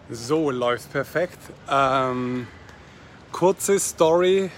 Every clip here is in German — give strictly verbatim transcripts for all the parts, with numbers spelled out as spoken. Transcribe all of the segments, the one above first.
So, läuft perfekt. Ähm, kurze Story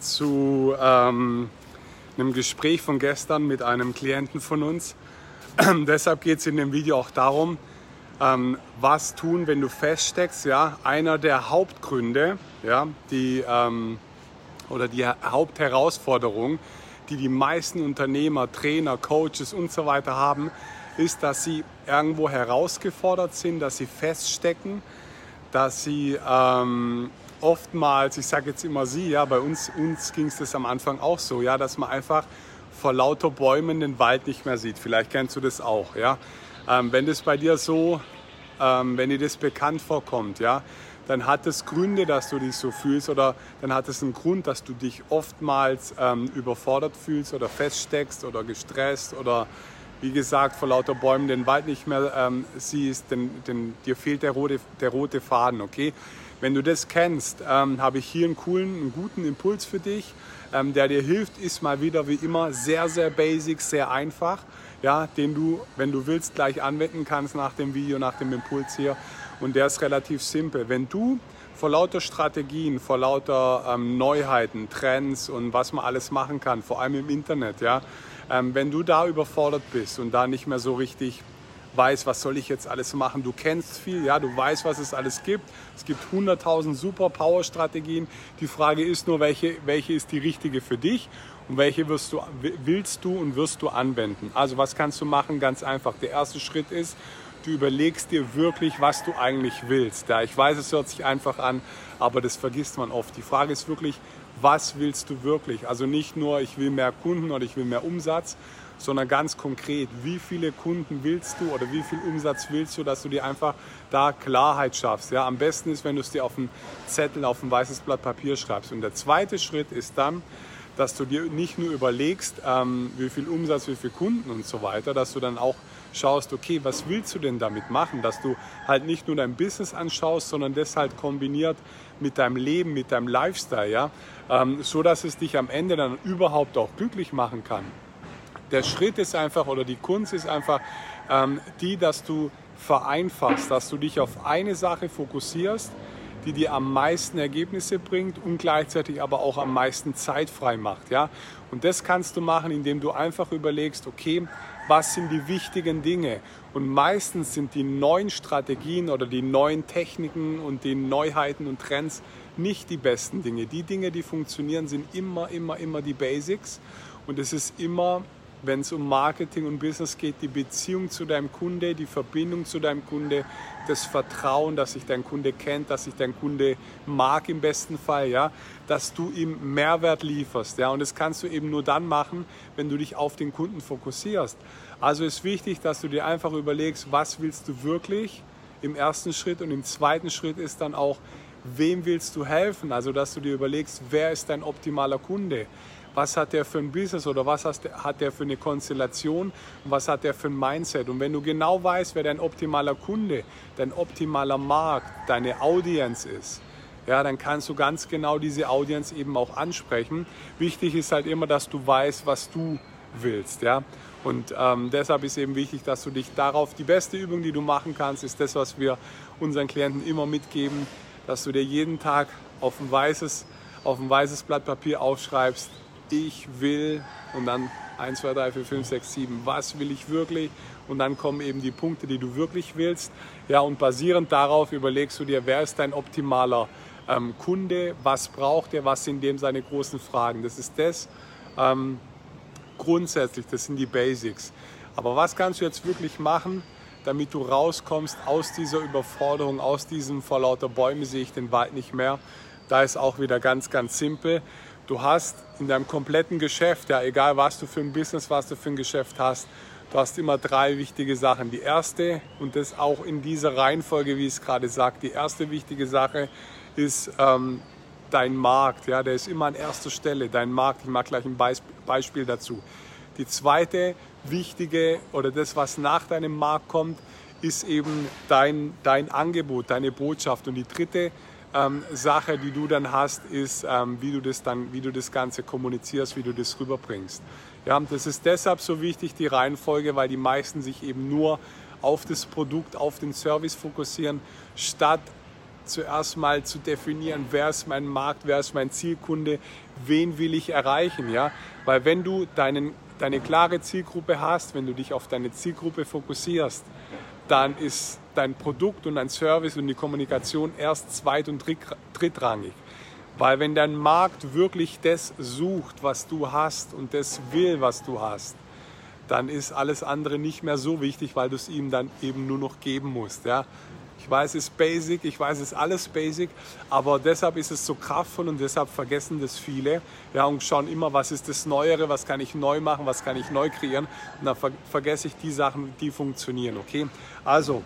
zu ähm, einem Gespräch von gestern mit einem Klienten von uns. Deshalb geht es in dem Video auch darum, ähm, was tun, wenn du feststeckst. Ja? Einer der Hauptgründe, ja, die, ähm, oder die Hauptherausforderung, die die meisten Unternehmer, Trainer, Coaches und so weiter haben, ist, dass sie irgendwo herausgefordert sind, dass sie feststecken, dass sie ähm, oftmals, ich sage jetzt immer sie, ja, bei uns, uns ging es das am Anfang auch so, ja, dass man einfach vor lauter Bäumen den Wald nicht mehr sieht. Vielleicht kennst du das auch, ja. Ähm, wenn das bei dir so, ähm, wenn dir das bekannt vorkommt, ja, dann hat es Gründe, dass du dich so fühlst, oder dann hat es einen Grund, dass du dich oftmals ähm, überfordert fühlst oder feststeckst oder gestresst oder wie gesagt, vor lauter Bäumen den Wald nicht mehr ähm, siehst, denn, denn dir fehlt der rote, der rote Faden, okay? Wenn du das kennst, ähm, habe ich hier einen coolen, einen guten Impuls für dich, ähm, der dir hilft, ist mal wieder wie immer sehr, sehr basic, sehr einfach, ja, den du, wenn du willst, gleich anwenden kannst nach dem Video, nach dem Impuls hier. Und der ist relativ simpel. Wenn du vor lauter Strategien, vor lauter ähm, Neuheiten, Trends und was man alles machen kann, vor allem im Internet, ja, ähm, wenn du da überfordert bist und da nicht mehr so richtig weißt, was soll ich jetzt alles machen, du kennst viel, ja, du weißt, was es alles gibt, es gibt hunderttausend Super-Power-Strategien, die Frage ist nur, welche, welche ist die richtige für dich und welche wirst du, willst du und wirst du anwenden. Also was kannst du machen? Ganz einfach. Der erste Schritt ist, du überlegst dir wirklich, was du eigentlich willst. Ja, ich weiß, es hört sich einfach an, aber das vergisst man oft. Die Frage ist wirklich, was willst du wirklich? Also nicht nur, ich will mehr Kunden oder ich will mehr Umsatz, sondern ganz konkret, wie viele Kunden willst du oder wie viel Umsatz willst du, dass du dir einfach da Klarheit schaffst. Ja, am besten ist, wenn du es dir auf einen Zettel, auf ein weißes Blatt Papier schreibst. Und der zweite Schritt ist dann, dass du dir nicht nur überlegst, ähm, wie viel Umsatz, wie viele Kunden und so weiter, dass du dann auch schaust, okay, was willst du denn damit machen? Dass du halt nicht nur dein Business anschaust, sondern das halt kombiniert mit deinem Leben, mit deinem Lifestyle, ja, ähm, so dass es dich am Ende dann überhaupt auch glücklich machen kann. Der Schritt ist einfach, oder die Kunst ist einfach ähm, die, dass du vereinfachst, dass du dich auf eine Sache fokussierst, die dir am meisten Ergebnisse bringt und gleichzeitig aber auch am meisten Zeit frei macht. Ja? Und das kannst du machen, indem du einfach überlegst, okay, was sind die wichtigen Dinge? Und meistens sind die neuen Strategien oder die neuen Techniken und die Neuheiten und Trends nicht die besten Dinge. Die Dinge, die funktionieren, sind immer, immer, immer die Basics. Und es ist immer, wenn es um Marketing und Business geht, die Beziehung zu deinem Kunde, die Verbindung zu deinem Kunde, das Vertrauen, dass sich dein Kunde kennt, dass sich dein Kunde mag im besten Fall, ja, dass du ihm Mehrwert lieferst. Ja, und das kannst du eben nur dann machen, wenn du dich auf den Kunden fokussierst. Also ist wichtig, dass du dir einfach überlegst, was willst du wirklich im ersten Schritt, und im zweiten Schritt ist dann auch, wem willst du helfen? Also dass du dir überlegst, wer ist dein optimaler Kunde? Was hat der für ein Business oder was hat der für eine Konstellation und was hat der für ein Mindset? Und wenn du genau weißt, wer dein optimaler Kunde, dein optimaler Markt, deine Audience ist, ja, dann kannst du ganz genau diese Audience eben auch ansprechen. Wichtig ist halt immer, dass du weißt, was du willst. Ja? Und ähm, deshalb ist eben wichtig, dass du dich darauf, die beste Übung, die du machen kannst, ist das, was wir unseren Klienten immer mitgeben, dass du dir jeden Tag auf ein weißes, auf ein weißes Blatt Papier aufschreibst, ich will, und dann eins, zwei, drei, vier, fünf, sechs, sieben, was will ich wirklich? Und dann kommen eben die Punkte, die du wirklich willst. Ja, und basierend darauf überlegst du dir, wer ist dein optimaler ähm, Kunde, was braucht er, was sind dem seine großen Fragen. Das ist das ähm, grundsätzlich, das sind die Basics. Aber was kannst du jetzt wirklich machen, damit du rauskommst aus dieser Überforderung, aus diesem vor lauter Bäume sehe ich den Wald nicht mehr? Da ist auch wieder ganz, ganz simpel. Du hast in deinem kompletten Geschäft, ja, egal was du für ein Business, was du für ein Geschäft hast, du hast immer drei wichtige Sachen. Die erste, und das auch in dieser Reihenfolge, wie ich es gerade sage, die erste wichtige Sache ist ähm, dein Markt. Ja, der ist immer an erster Stelle, dein Markt. Ich mache gleich ein Beisp- Beispiel dazu. Die zweite wichtige, oder das, was nach deinem Markt kommt, ist eben dein, dein Angebot, deine Botschaft. Und die dritte Ähm, Sache, die du dann hast, ist, ähm, wie du das dann, wie du das Ganze kommunizierst, wie du das rüberbringst. Ja, das ist deshalb so wichtig, die Reihenfolge, weil die meisten sich eben nur auf das Produkt, auf den Service fokussieren, statt zuerst mal zu definieren, wer ist mein Markt, wer ist mein Zielkunde, wen will ich erreichen, ja? Weil wenn du deinen, deine klare Zielgruppe hast, wenn du dich auf deine Zielgruppe fokussierst, dann ist dein Produkt und dein Service und die Kommunikation erst zweit- und drittrangig. Weil wenn dein Markt wirklich das sucht, was du hast und das will, was du hast, dann ist alles andere nicht mehr so wichtig, weil du es ihm dann eben nur noch geben musst. Ja? Ich weiß, es ist basic, ich weiß, es ist alles basic, aber deshalb ist es so kraftvoll und deshalb vergessen das viele, ja, und schauen immer, was ist das Neuere, was kann ich neu machen, was kann ich neu kreieren, und dann ver vergesse ich die Sachen, die funktionieren, okay? Also,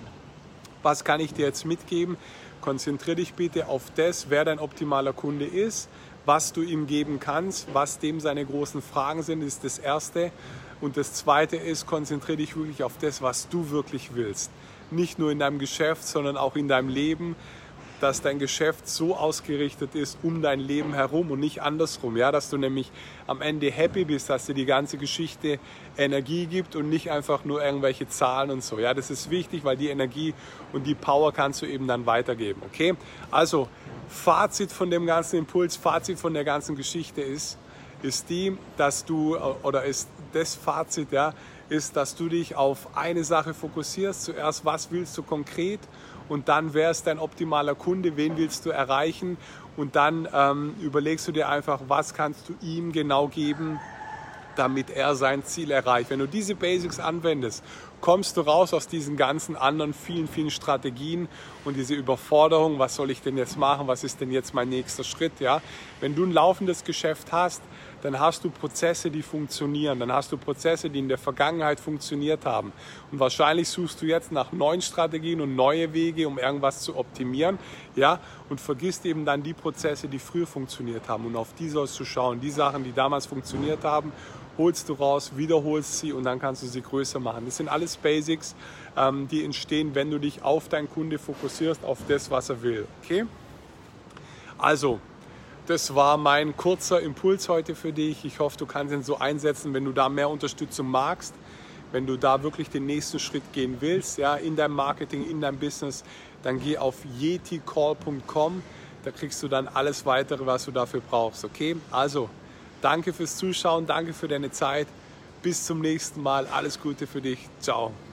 was kann ich dir jetzt mitgeben? Konzentriere dich bitte auf das, wer dein optimaler Kunde ist, was du ihm geben kannst, was dem seine großen Fragen sind, ist das Erste. Und das Zweite ist, konzentriere dich wirklich auf das, was du wirklich willst. Nicht nur in deinem Geschäft, sondern auch in deinem Leben, dass dein Geschäft so ausgerichtet ist um dein Leben herum und nicht andersrum. Ja? Dass du nämlich am Ende happy bist, dass dir die ganze Geschichte Energie gibt und nicht einfach nur irgendwelche Zahlen und so. Ja? Das ist wichtig, weil die Energie und die Power kannst du eben dann weitergeben. Okay? Also Fazit von dem ganzen Impuls, Fazit von der ganzen Geschichte ist, ist die, dass du, oder ist das Fazit, ja, ist, dass du dich auf eine Sache fokussierst. Zuerst, was willst du konkret? Und dann, wer ist dein optimaler Kunde? Wen willst du erreichen? Und dann ähm, überlegst du dir einfach, was kannst du ihm genau geben, damit er sein Ziel erreicht. Wenn du diese Basics anwendest, kommst du raus aus diesen ganzen anderen vielen, vielen Strategien und diese Überforderung, was soll ich denn jetzt machen, was ist denn jetzt mein nächster Schritt, ja? Wenn du ein laufendes Geschäft hast, dann hast du Prozesse, die funktionieren, dann hast du Prozesse, die in der Vergangenheit funktioniert haben. Und wahrscheinlich suchst du jetzt nach neuen Strategien und neue Wege, um irgendwas zu optimieren, ja? Und vergisst eben dann die Prozesse, die früher funktioniert haben. Und auf die sollst du schauen. Die Sachen, die damals funktioniert haben, holst du raus, wiederholst sie und dann kannst du sie größer machen. Das sind alles Basics, ähm, die entstehen, wenn du dich auf deinen Kunde fokussierst, auf das, was er will. Okay? Also, das war mein kurzer Impuls heute für dich. Ich hoffe, du kannst ihn so einsetzen, wenn du da mehr Unterstützung magst, wenn du da wirklich den nächsten Schritt gehen willst, ja, in deinem Marketing, in deinem Business, dann geh auf yeti call punkt com. Da kriegst du dann alles weitere, was du dafür brauchst. Okay? Also, danke fürs Zuschauen, danke für deine Zeit. Bis zum nächsten Mal. Alles Gute für dich. Ciao.